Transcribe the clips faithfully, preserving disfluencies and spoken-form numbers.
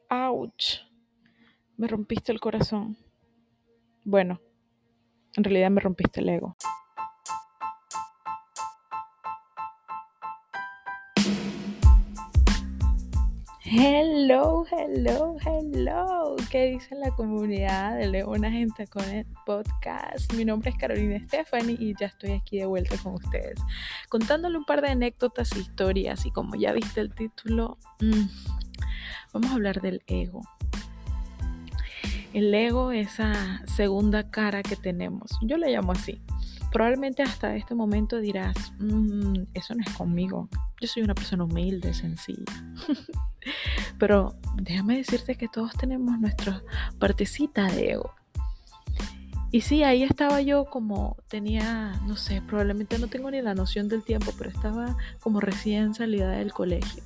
Ouch, me rompiste el corazón. Bueno, en realidad me rompiste el ego. Hello, hello, hello. ¿Qué dice la comunidad de Leona Gente con el podcast? Mi nombre es Carolina Stephanie y ya estoy aquí de vuelta con ustedes, contándole un par de anécdotas e historias. Y como ya viste el título, mmm, vamos a hablar del ego. El ego, esa segunda cara que tenemos, yo le llamo así. Probablemente hasta este momento dirás, mmm, eso no es conmigo. Yo soy una persona humilde, sencilla. Pero déjame decirte que todos tenemos nuestra partecita de ego. Y sí, ahí estaba yo como tenía, no sé, probablemente no tengo ni la noción del tiempo, pero estaba como recién salida del colegio.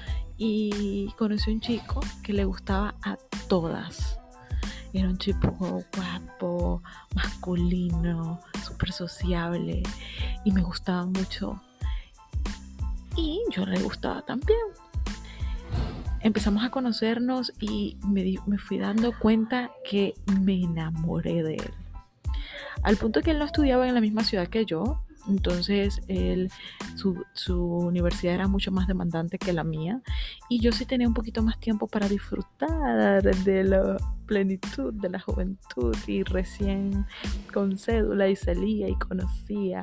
Y conocí a un chico que le gustaba a todas. Era un chico guapo, masculino, súper sociable y me gustaba mucho. Y yo le gustaba también. Empezamos a conocernos y me, di, me fui dando cuenta que me enamoré de él. Al punto que él no estudiaba en la misma ciudad que yo, entonces él, su, su universidad era mucho más demandante que la mía y yo sí tenía un poquito más tiempo para disfrutar de la plenitud de la juventud y recién con cédula y salía y conocía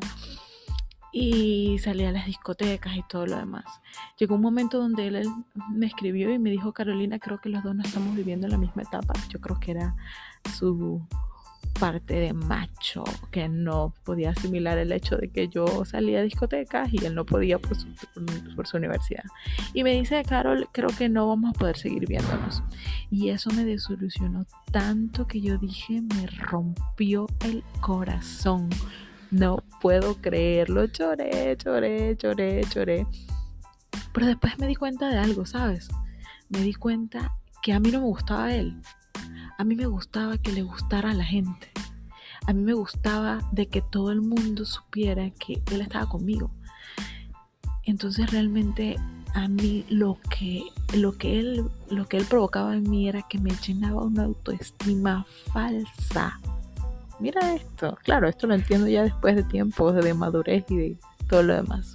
y salía a las discotecas y todo lo demás. Llegó un momento donde él, él me escribió y me dijo: Carolina, creo que los dos no estamos viviendo en la misma etapa. Yo creo que era su parte de macho, que no podía asimilar el hecho de que yo salía a discotecas y él no podía por su, por su universidad. Y me dice: Carol, creo que no vamos a poder seguir viéndonos. Y eso me desilusionó tanto que yo dije, me rompió el corazón. No puedo creerlo, lloré, lloré, lloré, lloré. Pero después me di cuenta de algo, ¿sabes? Me di cuenta que a mí no me gustaba él. A mí me gustaba que le gustara a la gente. A mí me gustaba de que todo el mundo supiera que él estaba conmigo. Entonces realmente a mí lo que, lo que él, lo que él provocaba en mí era que me llenaba una autoestima falsa. Mira esto, claro, esto lo entiendo ya después de tiempos de madurez y de todo lo demás.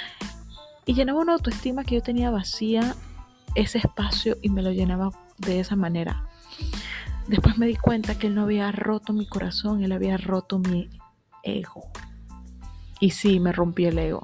Y llenaba una autoestima que yo tenía vacía, ese espacio, y me lo llenaba de esa manera. Después me di cuenta que él no había roto mi corazón, él había roto mi ego. Y sí, me rompí el ego.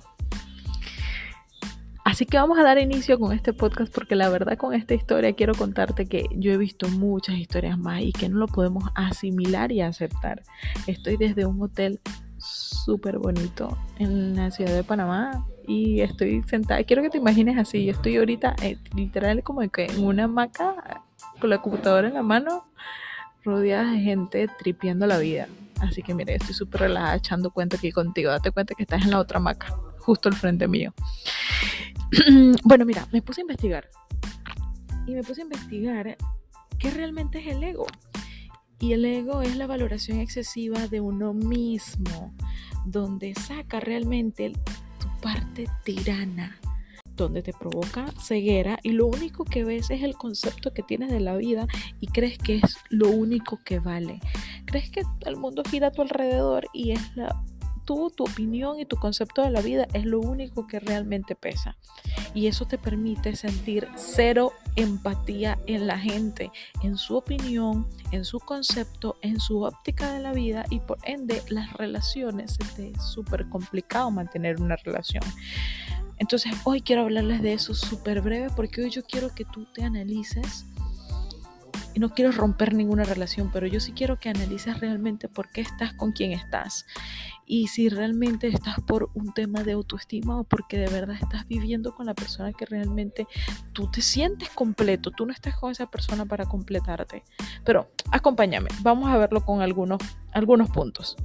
Así que vamos a dar inicio con este podcast porque la verdad con esta historia quiero contarte que yo he visto muchas historias más y que no lo podemos asimilar y aceptar. Estoy desde un hotel súper bonito en la ciudad de Panamá y estoy sentada. Quiero que te imagines así, yo estoy ahorita eh, literal como que en una hamaca con la computadora en la mano, rodeada de gente tripeando la vida. Así que mira, estoy súper relajada echando cuenta aquí contigo. Date cuenta que estás en la otra hamaca, justo al frente mío. Bueno, mira, me puse a investigar y me puse a investigar qué realmente es el ego. Y el ego es la valoración excesiva de uno mismo, donde saca realmente tu parte tirana, donde te provoca ceguera y lo único que ves es el concepto que tienes de la vida y crees que es lo único que vale. Crees que el mundo gira a tu alrededor y es la tú, tu opinión y tu concepto de la vida es lo único que realmente pesa. Y eso te permite sentir cero empatía en la gente, en su opinión, en su concepto, en su óptica de la vida y por ende las relaciones. Es súper complicado mantener una relación. Entonces hoy quiero hablarles de eso súper breve porque hoy yo quiero que tú te analices. Y no quiero romper ninguna relación, pero yo sí quiero que analices realmente por qué estás con quien estás. Y si realmente estás por un tema de autoestima o porque de verdad estás viviendo con la persona que realmente tú te sientes completo. Tú no estás con esa persona para completarte. Pero acompáñame, vamos a verlo con algunos, algunos puntos.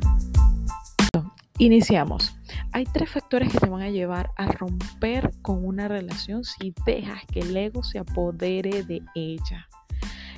Iniciamos. Hay tres factores que te van a llevar a romper con una relación si dejas que el ego se apodere de ella.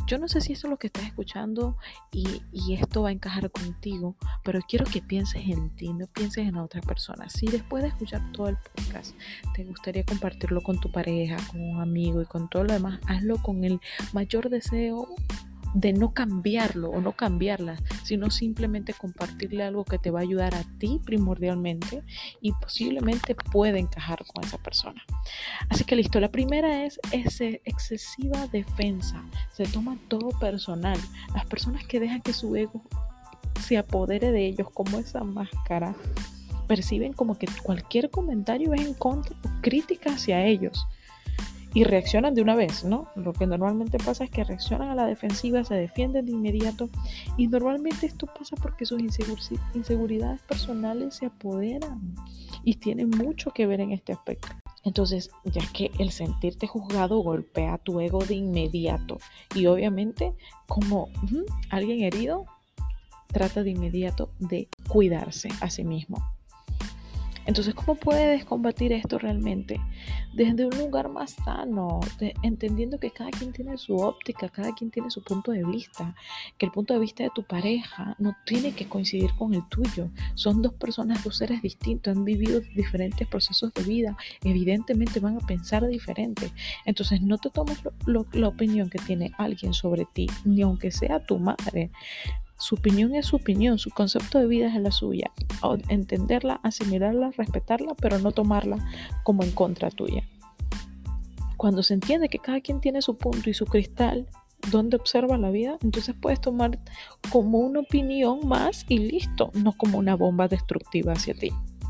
Yo no sé si esto es lo que estás escuchando y, y esto va a encajar contigo, pero quiero que pienses en ti, no pienses en otra persona. Si después de escuchar todo el podcast te gustaría compartirlo con tu pareja, con un amigo y con todo lo demás, hazlo con el mayor deseo de no cambiarlo o no cambiarla, sino simplemente compartirle algo que te va a ayudar a ti primordialmente y posiblemente pueda encajar con esa persona. Así que listo, la primera es ese excesiva defensa. Se toma todo personal. Las personas que dejan que su ego se apodere de ellos como esa máscara, perciben como que cualquier comentario es en contra o crítica hacia ellos. Y reaccionan de una vez, ¿no? Lo que normalmente pasa es que reaccionan a la defensiva, se defienden de inmediato y normalmente esto pasa porque sus insegur- inseguridades personales se apoderan y tienen mucho que ver en este aspecto. Entonces, ya que el sentirte juzgado golpea tu ego de inmediato y obviamente como uh, alguien herido trata de inmediato de cuidarse a sí mismo. Entonces, ¿cómo puedes combatir esto realmente? Desde un lugar más sano, de, entendiendo que cada quien tiene su óptica, cada quien tiene su punto de vista, que el punto de vista de tu pareja no tiene que coincidir con el tuyo. Son dos personas, dos seres distintos, han vivido diferentes procesos de vida, evidentemente van a pensar diferente. Entonces, no te tomes lo, lo, la opinión que tiene alguien sobre ti, ni aunque sea tu madre. Su opinión es su opinión, su concepto de vida es la suya. Entenderla, asimilarla, respetarla, pero no tomarla como en contra tuya. Cuando se entiende que cada quien tiene su punto y su cristal donde observa la vida, entonces puedes tomar como una opinión más y listo, no como una bomba destructiva hacia ti.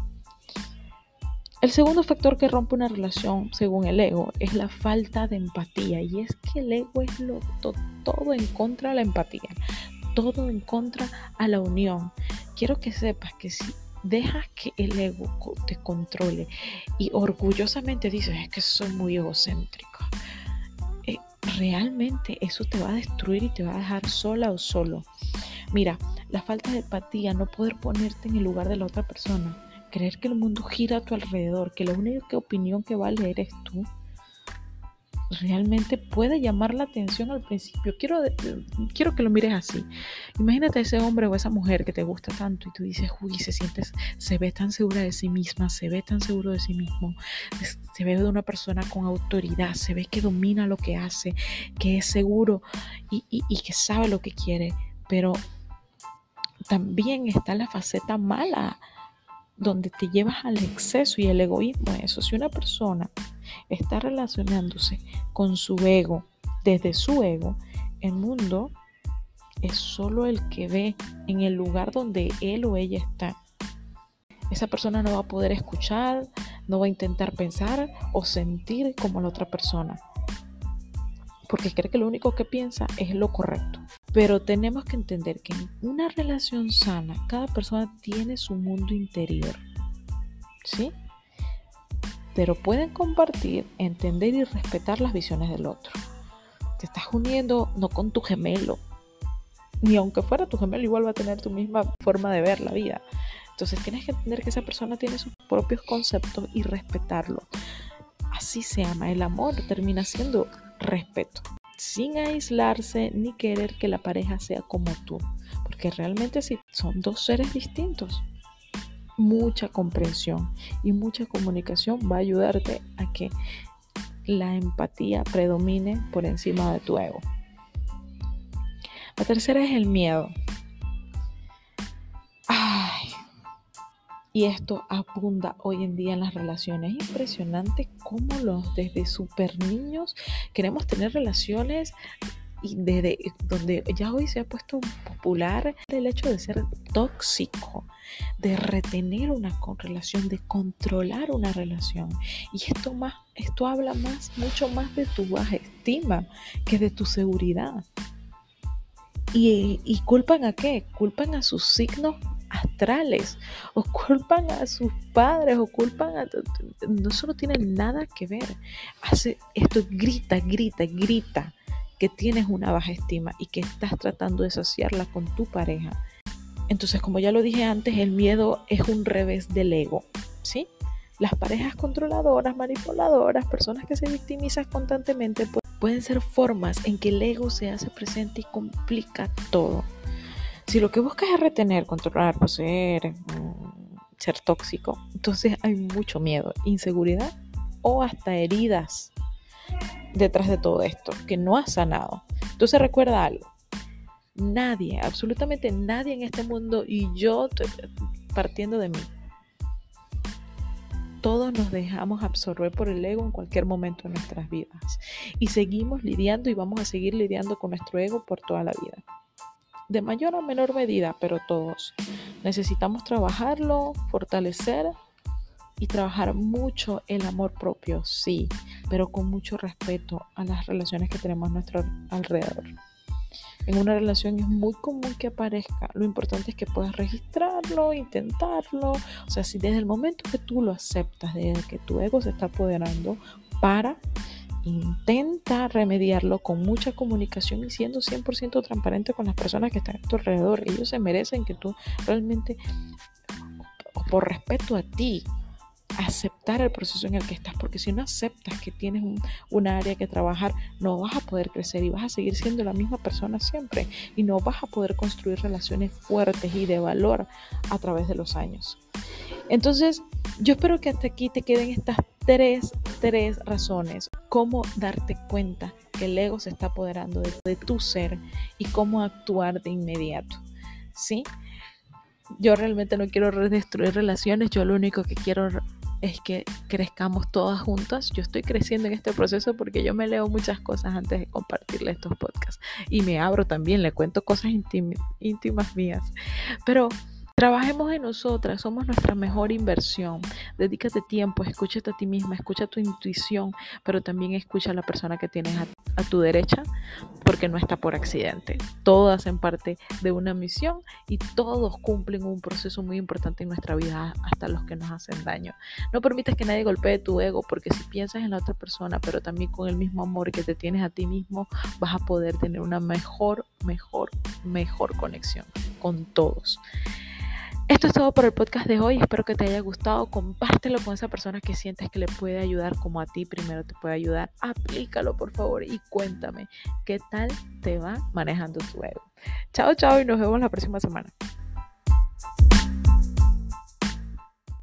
El segundo factor que rompe una relación, según el ego, es la falta de empatía. Y es que el ego es lo, to, todo en contra de la empatía. Todo en contra a la unión. Quiero que sepas que si dejas que el ego te controle y orgullosamente dices, es que soy muy egocéntrico, eh, realmente eso te va a destruir y te va a dejar sola o solo. Mira, la falta de empatía, no poder ponerte en el lugar de la otra persona, creer que el mundo gira a tu alrededor, que la única opinión que vale eres tú, realmente puede llamar la atención al principio. Quiero, quiero que lo mires así. Imagínate a ese hombre o esa mujer que te gusta tanto y tú dices, uy, se siente, se ve tan segura de sí misma, se ve tan seguro de sí mismo, se ve de una persona con autoridad, se ve que domina lo que hace, que es seguro y, y, y que sabe lo que quiere, pero también está la faceta mala donde te llevas al exceso y el egoísmo. Eso, si una persona está relacionándose con su ego, desde su ego, el mundo es solo el que ve en el lugar donde él o ella está. Esa persona no va a poder escuchar, no va a intentar pensar o sentir como la otra persona, porque cree que lo único que piensa es lo correcto. Pero tenemos que entender que en una relación sana, cada persona tiene su mundo interior, ¿sí? Pero pueden compartir, entender y respetar las visiones del otro. Te estás uniendo no con tu gemelo, ni aunque fuera tu gemelo, igual va a tener tu misma forma de ver la vida. Entonces tienes que entender que esa persona tiene sus propios conceptos y respetarlo. Así se ama. El amor termina siendo respeto, sin aislarse ni querer que la pareja sea como tú, porque realmente sí, son dos seres distintos. Mucha comprensión y mucha comunicación va a ayudarte a que la empatía predomine por encima de tu ego. La tercera es el miedo. Ay, y esto abunda hoy en día en las relaciones. Es impresionante cómo los desde súper niños queremos tener relaciones y desde donde ya hoy se ha puesto popular el hecho de ser tóxico, de retener una relación, de controlar una relación. Y esto más, esto habla más, mucho más de tu baja estima que de tu seguridad. ¿Y, y culpan a qué? Culpan a sus signos astrales, o culpan a sus padres, o culpan a... No, eso no tiene nada que ver. Hace, esto grita, grita, grita que tienes una baja estima y que estás tratando de saciarla con tu pareja. Entonces, como ya lo dije antes, el miedo es un revés del ego, ¿sí? Las parejas controladoras, manipuladoras, personas que se victimizan constantemente, pues pueden ser formas en que el ego se hace presente y complica todo. Si lo que buscas es retener, controlar, poseer, ser tóxico, entonces hay mucho miedo, inseguridad o hasta heridas detrás de todo esto que no has sanado. Entonces recuerda algo, nadie, absolutamente nadie en este mundo, y yo partiendo de mí, todos nos dejamos absorber por el ego en cualquier momento de nuestras vidas y seguimos lidiando y vamos a seguir lidiando con nuestro ego por toda la vida. De mayor o menor medida, pero todos necesitamos trabajarlo, fortalecer y trabajar mucho el amor propio, sí, pero con mucho respeto a las relaciones que tenemos a nuestro alrededor. En una relación es muy común que aparezca, lo importante es que puedas registrarlo, intentarlo, o sea, si desde el momento que tú lo aceptas, desde que tu ego se está apoderando, para intenta remediarlo con mucha comunicación y siendo cien por ciento transparente con las personas que están a tu alrededor. Ellos se merecen que tú realmente, por respeto a ti, aceptar el proceso en el que estás, porque si no aceptas que tienes un, una área que trabajar, no vas a poder crecer y vas a seguir siendo la misma persona siempre y no vas a poder construir relaciones fuertes y de valor a través de los años. Entonces, yo espero que hasta aquí te queden estas tres, tres razones, cómo darte cuenta que el ego se está apoderando de, de tu ser y cómo actuar de inmediato, ¿sí? Yo realmente no quiero destruir relaciones, yo lo único que quiero es que crezcamos todas juntas. Yo estoy creciendo en este proceso porque yo me leo muchas cosas antes de compartirle estos podcasts y me abro también, le cuento cosas íntim- íntimas mías, pero trabajemos en nosotras, somos nuestra mejor inversión. Dedícate tiempo, escúchate a ti misma, escucha tu intuición, pero también escucha a la persona que tienes a, a tu derecha, porque no está por accidente. Todos hacen parte de una misión y todos cumplen un proceso muy importante en nuestra vida, hasta los que nos hacen daño. No permitas que nadie golpee tu ego, porque si piensas en la otra persona, pero también con el mismo amor que te tienes a ti mismo, vas a poder tener una mejor, mejor, mejor conexión con todos. Esto es todo por el podcast de hoy, espero que te haya gustado, compártelo con esa persona que sientes que le puede ayudar como a ti primero te puede ayudar, aplícalo por favor y cuéntame qué tal te va manejando tu ego. Chao, chao y nos vemos la próxima semana.